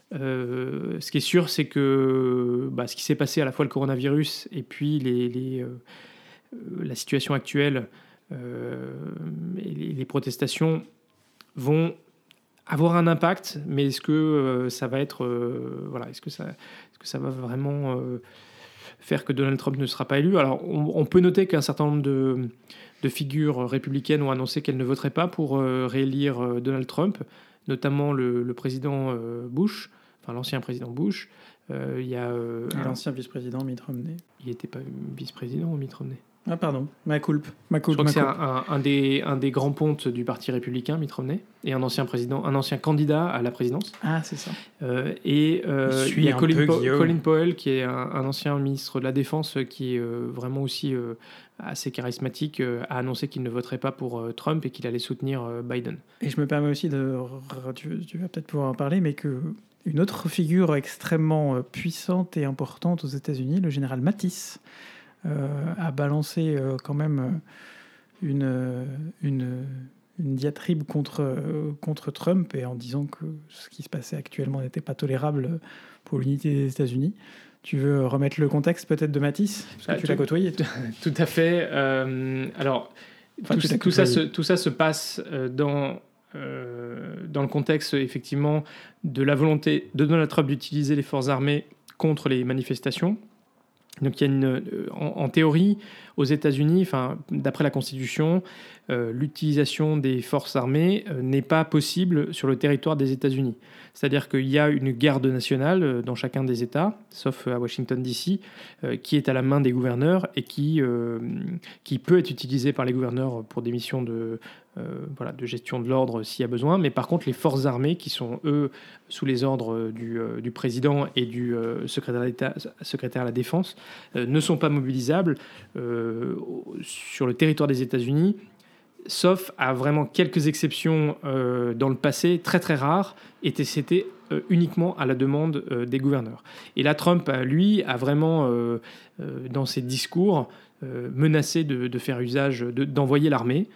Euh, ce qui est sûr, c'est que bah, ce qui s'est passé à la fois le coronavirus et puis les, les, euh, la situation actuelle euh, et les, les protestations vont avoir un impact, mais est-ce que euh, ça va être euh, voilà, est-ce que ça, est-ce que ça va vraiment euh, faire que Donald Trump ne sera pas élu? Alors, on, on peut noter qu'un certain nombre de, de figures républicaines ont annoncé qu'elles ne voteraient pas pour euh, réélire euh, Donald Trump, notamment le, le président euh, Bush, enfin l'ancien président Bush. Euh, il y a euh, l'ancien un... vice-président Mitt Romney. Il n'était pas vice-président ou Mitt Romney? Ah pardon, ma culpe. Ma culpe Je crois ma que c'est culpe. un, un, un, des, un des grands pontes du Parti républicain, Mitt Romney, et un ancien président, un ancien candidat à la présidence. Ah, c'est ça. Euh, et euh, il y a Colin, po- Colin Powell, qui est un, un ancien ministre de la Défense, qui est euh, vraiment aussi euh, assez charismatique, euh, a annoncé qu'il ne voterait pas pour euh, Trump et qu'il allait soutenir euh, Biden. Et je me permets aussi de... Tu, tu vas peut-être pouvoir en parler, mais que... Une autre figure extrêmement puissante et importante aux États-Unis, le général Mattis, euh, a balancé euh, quand même une, une, une diatribe contre, euh, contre Trump, et en disant que ce qui se passait actuellement n'était pas tolérable pour l'unité des États-Unis. Tu veux remettre le contexte peut-être de Mattis, parce que ah, tu tout, l'as côtoyé. Tout à fait. Euh, alors, enfin, tout, tout, ça se, tout ça se passe dans... Euh, dans le contexte effectivement de la volonté de Donald Trump d'utiliser les forces armées contre les manifestations. Donc il y a une, en, en théorie, aux États-Unis, enfin, d'après la Constitution, euh, l'utilisation des forces armées euh, n'est pas possible sur le territoire des États-Unis. C'est-à-dire qu'il y a une garde nationale euh, dans chacun des États, sauf à Washington D C, euh, qui est à la main des gouverneurs et qui, euh, qui peut être utilisée par les gouverneurs pour des missions de, euh, voilà, de gestion de l'ordre s'il y a besoin. Mais par contre, les forces armées, qui sont, eux, sous les ordres du, euh, du président et du euh, secrétaire d'État, secrétaire à la Défense, euh, ne sont pas mobilisables euh, sur le territoire des États-Unis, sauf à vraiment quelques exceptions euh, dans le passé, très très rares, et c'était euh, uniquement à la demande euh, des gouverneurs. Et là, Trump, lui, a vraiment, euh, euh, dans ses discours, euh, menacé de, de faire usage, de, d'envoyer l'armée,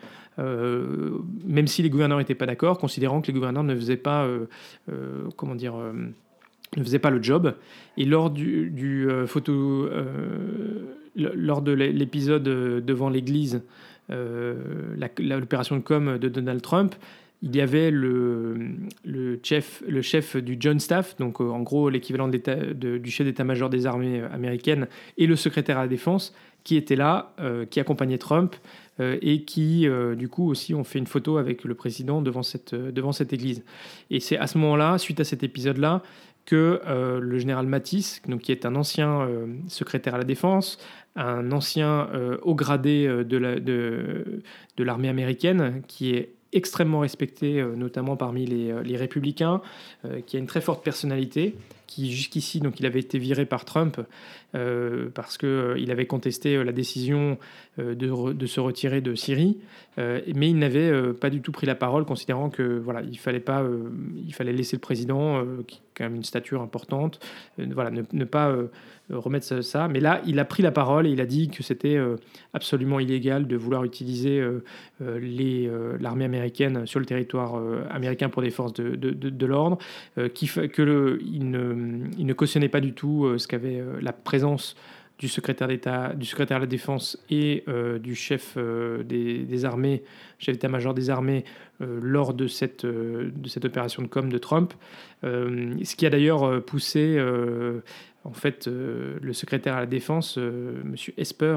euh, même si les gouverneurs n'étaient pas d'accord, considérant que les gouverneurs ne faisaient pas, euh, euh, comment dire, euh, ne faisaient pas le job. Et lors du, du euh, photo, euh, lors de l'épisode devant l'église, Euh, la, la, l'opération de com de Donald Trump, il y avait le, le, chef, le chef du Joint Staff, donc euh, en gros l'équivalent de, du chef d'état-major des armées américaines, et le secrétaire à la Défense, qui étaient là, euh, qui accompagnaient Trump, euh, et qui, euh, du coup, aussi ont fait une photo avec le président devant cette, devant cette église. Et c'est à ce moment-là, suite à cet épisode-là, que euh, le général Mattis, donc, qui est un ancien euh, secrétaire à la Défense, un ancien euh, haut gradé euh, de, la, de, de l'armée américaine, qui est extrêmement respecté, euh, notamment parmi les, les républicains, euh, qui a une très forte personnalité, qui jusqu'ici, donc il avait été viré par Trump euh, parce qu'il euh, avait contesté euh, la décision euh, de, re, de se retirer de Syrie, euh, mais il n'avait euh, pas du tout pris la parole, considérant que voilà, il fallait pas, euh, il fallait laisser le président, euh, qui a quand même une stature importante, euh, voilà, ne, ne pas euh, remettre ça, ça. Mais là, il a pris la parole et il a dit que c'était euh, absolument illégal de vouloir utiliser euh, euh, les, euh, l'armée américaine sur le territoire euh, américain pour des forces de, de, de, de l'ordre, euh, qui, que le, il ne il ne cautionnait pas du tout euh, ce qu'avait euh, la présence du secrétaire d'État, du secrétaire à la Défense et euh, du chef euh, des, des armées, chef d'état-major des armées, euh, lors de cette, euh, de cette opération de com de Trump. Euh, ce qui a d'ailleurs poussé euh, en fait, euh, le secrétaire à la Défense, euh, M. Esper,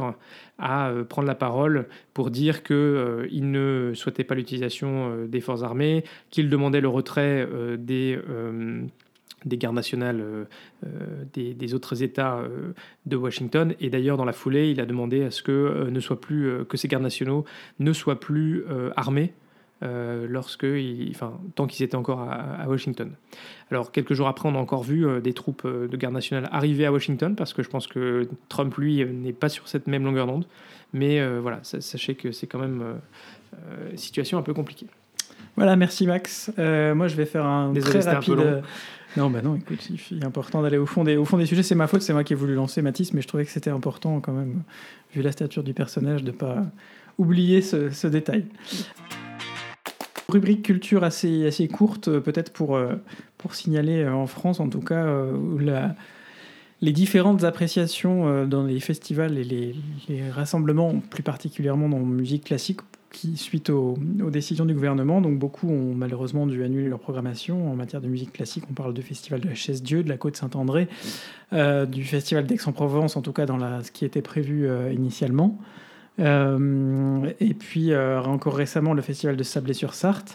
à euh, prendre la parole pour dire qu'il euh, ne souhaitait pas l'utilisation euh, des forces armées, qu'il demandait le retrait euh, des... Euh, des gardes nationales euh, euh, des, des autres États euh, de Washington. Et d'ailleurs, dans la foulée, il a demandé à ce que, euh, ne soit plus, euh, que ces gardes nationaux ne soient plus euh, armés euh, lorsque, il, enfin, tant qu'ils étaient encore à, à Washington. Alors, quelques jours après, on a encore vu euh, des troupes euh, de garde nationale arriver à Washington, parce que je pense que Trump, lui, n'est pas sur cette même longueur d'onde. Mais euh, voilà, sachez que c'est quand même euh, euh, une situation un peu compliquée. Voilà, merci Max. Euh, moi, je vais faire un Désolé, très rapide... un peu long. Non, bah non, écoute, il est important d'aller au fond des, au fond des sujets. C'est ma faute, c'est moi qui ai voulu lancer Matisse, mais je trouvais que c'était important quand même, vu la stature du personnage, de ne pas oublier ce, ce détail. Rubrique culture assez, assez courte, peut-être pour, pour signaler en France, en tout cas, où la, les différentes appréciations dans les festivals et les, les rassemblements, plus particulièrement dans la musique classique, qui, suite aux, aux décisions du gouvernement, donc beaucoup ont malheureusement dû annuler leur programmation. En matière de musique classique, on parle du festival de la Chaise-Dieu, de la Côte-Saint-André, euh, du festival d'Aix-en-Provence, en tout cas dans la, ce qui était prévu euh, initialement. Euh, et puis euh, encore récemment, le festival de Sablé-sur-Sarthe.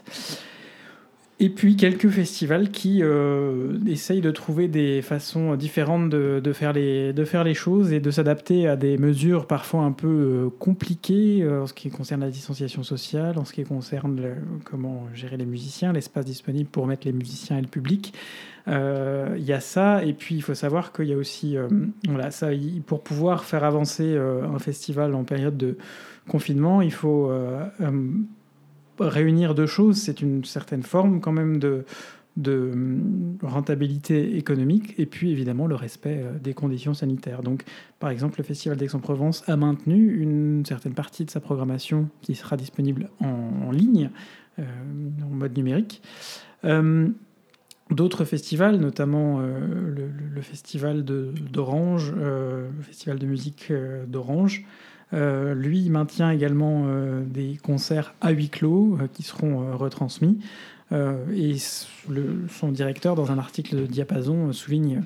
Et puis quelques festivals qui euh, essayent de trouver des façons différentes de, de, faire les, de faire les choses et de s'adapter à des mesures parfois un peu euh, compliquées euh, en ce qui concerne la distanciation sociale, en ce qui concerne le, comment gérer les musiciens, l'espace disponible pour mettre les musiciens et le public. Il euh, y a ça, et puis il faut savoir qu'il y a aussi, euh, voilà, ça, pour pouvoir faire avancer euh, un festival en période de confinement, il faut... Euh, euh, réunir deux choses, c'est une certaine forme quand même de, de rentabilité économique et puis évidemment le respect des conditions sanitaires. Donc par exemple le Festival d'Aix-en-Provence a maintenu une certaine partie de sa programmation qui sera disponible en, en ligne, euh, en mode numérique. Euh, D'autres festivals, notamment euh, le, le festival de, d'Orange, euh, le festival de musique euh, d'Orange, Euh, lui, il maintient également euh, des concerts à huis clos euh, qui seront euh, retransmis. Euh, et le, son directeur, dans un article de Diapason, euh, souligne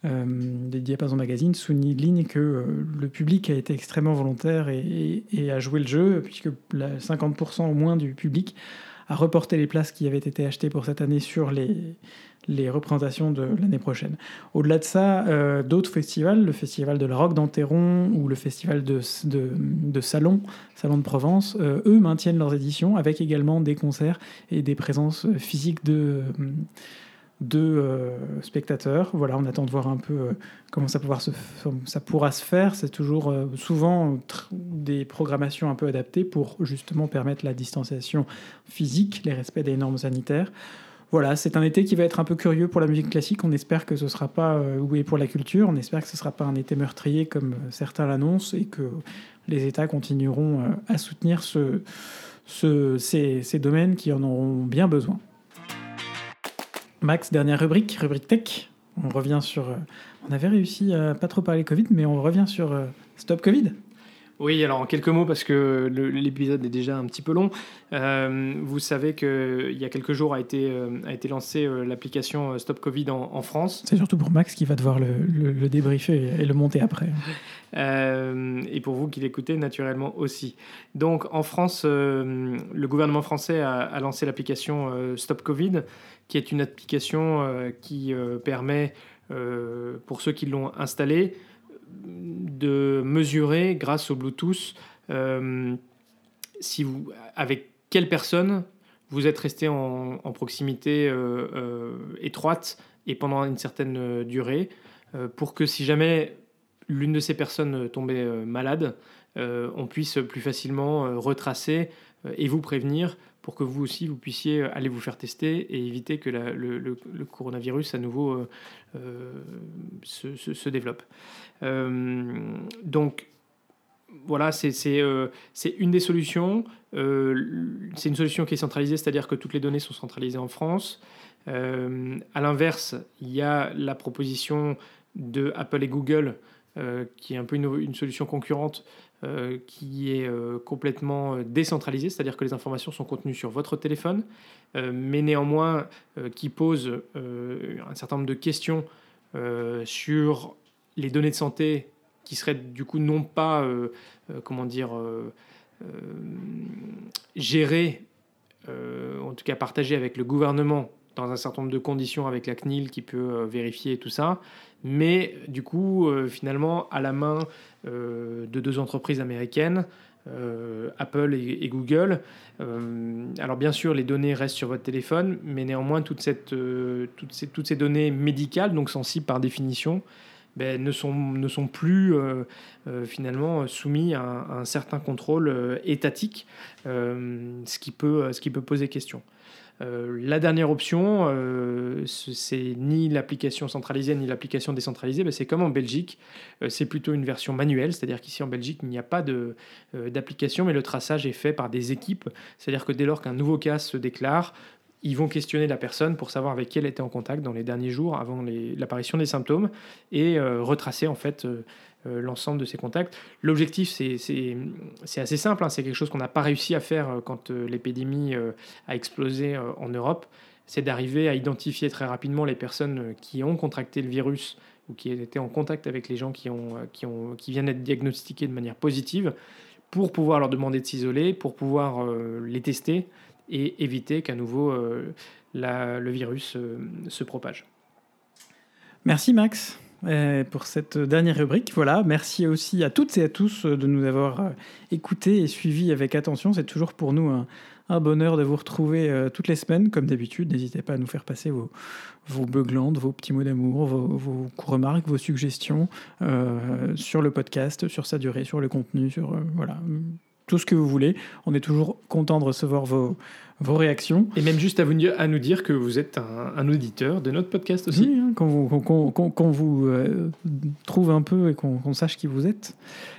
euh, des Diapason Magazine souligne que euh, le public a été extrêmement volontaire et, et, et a joué le jeu, puisque la cinquante pour cent au moins du public a reporté les places qui avaient été achetées pour cette année sur les, les représentations de l'année prochaine. Au-delà de ça, euh, d'autres festivals, le festival de la Roque d'Enterron ou le festival de, de, de Salon, Salon de Provence, euh, eux maintiennent leurs éditions avec également des concerts et des présences physiques de, de euh, spectateurs. Voilà, on attend de voir un peu euh, comment ça, pouvoir se, ça pourra se faire. C'est toujours euh, souvent tr- des programmations un peu adaptées pour justement permettre la distanciation physique, les respects des normes sanitaires. Voilà, c'est un été qui va être un peu curieux pour la musique classique. On espère que ce ne sera pas, euh, ou pour la culture, on espère que ce ne sera pas un été meurtrier comme euh, certains l'annoncent et que les États continueront euh, à soutenir ce, ce, ces, ces domaines qui en auront bien besoin. Max, dernière rubrique, rubrique tech. On revient sur... Euh, on avait réussi à pas trop parler Covid, mais on revient sur euh, Stop Covid. Oui, alors en quelques mots, parce que le, l'épisode est déjà un petit peu long. Euh, vous savez qu'il y a quelques jours a été, euh, a été lancée euh, l'application Stop Covid en, en France. C'est surtout pour Max qui va devoir le, le, le débriefer et le monter après. Euh, et pour vous qui l'écoutez naturellement aussi. Donc en France, euh, le gouvernement français a, a lancé l'application euh, Stop Covid, qui est une application euh, qui euh, permet, euh, pour ceux qui l'ont installée, de mesurer grâce au Bluetooth euh, si vous, avec quelle personne vous êtes resté en, en proximité euh, euh, étroite et pendant une certaine durée, euh, pour que si jamais l'une de ces personnes tombait euh, malade, euh, on puisse plus facilement euh, retracer euh, et vous prévenir pour que vous aussi vous puissiez aller vous faire tester et éviter que la, le, le, le coronavirus à nouveau euh, euh, se, se, se développe. Euh, donc voilà, c'est, c'est, euh, c'est une des solutions. Euh, c'est une solution qui est centralisée, c'est-à-dire que toutes les données sont centralisées en France. Euh, à l'inverse, il y a la proposition de Apple et Google, euh, qui est un peu une, une solution concurrente, euh, qui est euh, complètement décentralisée, c'est-à-dire que les informations sont contenues sur votre téléphone, euh, mais néanmoins euh, qui pose euh, un certain nombre de questions euh, sur les données de santé qui seraient du coup non pas, euh, euh, comment dire, euh, euh, gérées, euh, en tout cas partagées avec le gouvernement dans un certain nombre de conditions avec la C N I L qui peut euh, vérifier tout ça, mais du coup, euh, finalement, à la main euh, de deux entreprises américaines, euh, Apple et, et Google. Euh, alors bien sûr, les données restent sur votre téléphone, mais néanmoins, toute cette, euh, toutes, ces, toutes ces données médicales, donc sensibles par définition, ben, ne, sont, ne sont plus euh, euh, finalement soumis à un, à un certain contrôle euh, étatique, euh, ce, qui peut, ce qui peut poser question. Euh, la dernière option, euh, c'est ni l'application centralisée ni l'application décentralisée, ben c'est comme en Belgique, euh, c'est plutôt une version manuelle, c'est-à-dire qu'ici en Belgique il n'y a pas de, euh, d'application, mais le traçage est fait par des équipes, c'est-à-dire que dès lors qu'un nouveau cas se déclare, ils vont questionner la personne pour savoir avec qui elle était en contact dans les derniers jours avant les, l'apparition des symptômes et euh, retracer en fait euh, euh, l'ensemble de ces contacts. L'objectif, c'est, c'est, c'est assez simple, hein, c'est quelque chose qu'on n'a pas réussi à faire quand euh, l'épidémie euh, a explosé euh, en Europe, c'est d'arriver à identifier très rapidement les personnes qui ont contracté le virus ou qui étaient en contact avec les gens qui, ont, qui, ont, qui viennent d'être diagnostiqués de manière positive pour pouvoir leur demander de s'isoler, pour pouvoir euh, les tester et éviter qu'à nouveau euh, la, le virus euh, se propage. Merci Max euh, pour cette dernière rubrique. Voilà, merci aussi à toutes et à tous de nous avoir euh, écoutés et suivis avec attention. C'est toujours pour nous un, un bonheur de vous retrouver euh, toutes les semaines, comme d'habitude. N'hésitez pas à nous faire passer vos, vos beuglantes, vos petits mots d'amour, vos, vos remarques, vos suggestions euh, sur le podcast, sur sa durée, sur le contenu, sur euh, voilà. tout ce que vous voulez. On est toujours content de recevoir vos, vos réactions. Et même juste à, vous, à nous dire que vous êtes un, un auditeur de notre podcast aussi. Oui, hein, qu'on vous, qu'on, qu'on, qu'on vous euh, trouve un peu et qu'on, qu'on sache qui vous êtes.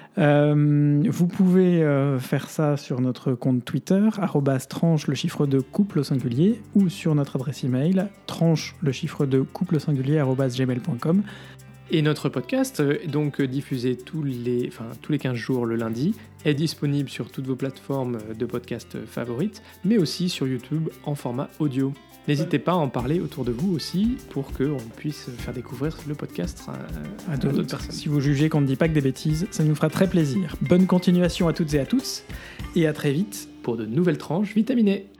Euh, vous pouvez euh, faire ça sur notre compte Twitter, arrobas tranche le chiffre de couple au singulier, ou sur notre adresse email, tranche le chiffre de couple au singulier, arrobas gmail point com. Et notre podcast, donc diffusé tous les, enfin, tous les quinze jours le lundi, est disponible sur toutes vos plateformes de podcast favorites, mais aussi sur YouTube en format audio. N'hésitez pas à en parler autour de vous aussi pour qu'on puisse faire découvrir le podcast à, à, à d'autres personnes. Si vous jugez qu'on ne dit pas que des bêtises, ça nous fera très plaisir. Bonne continuation à toutes et à tous et à très vite pour de nouvelles tranches vitaminées.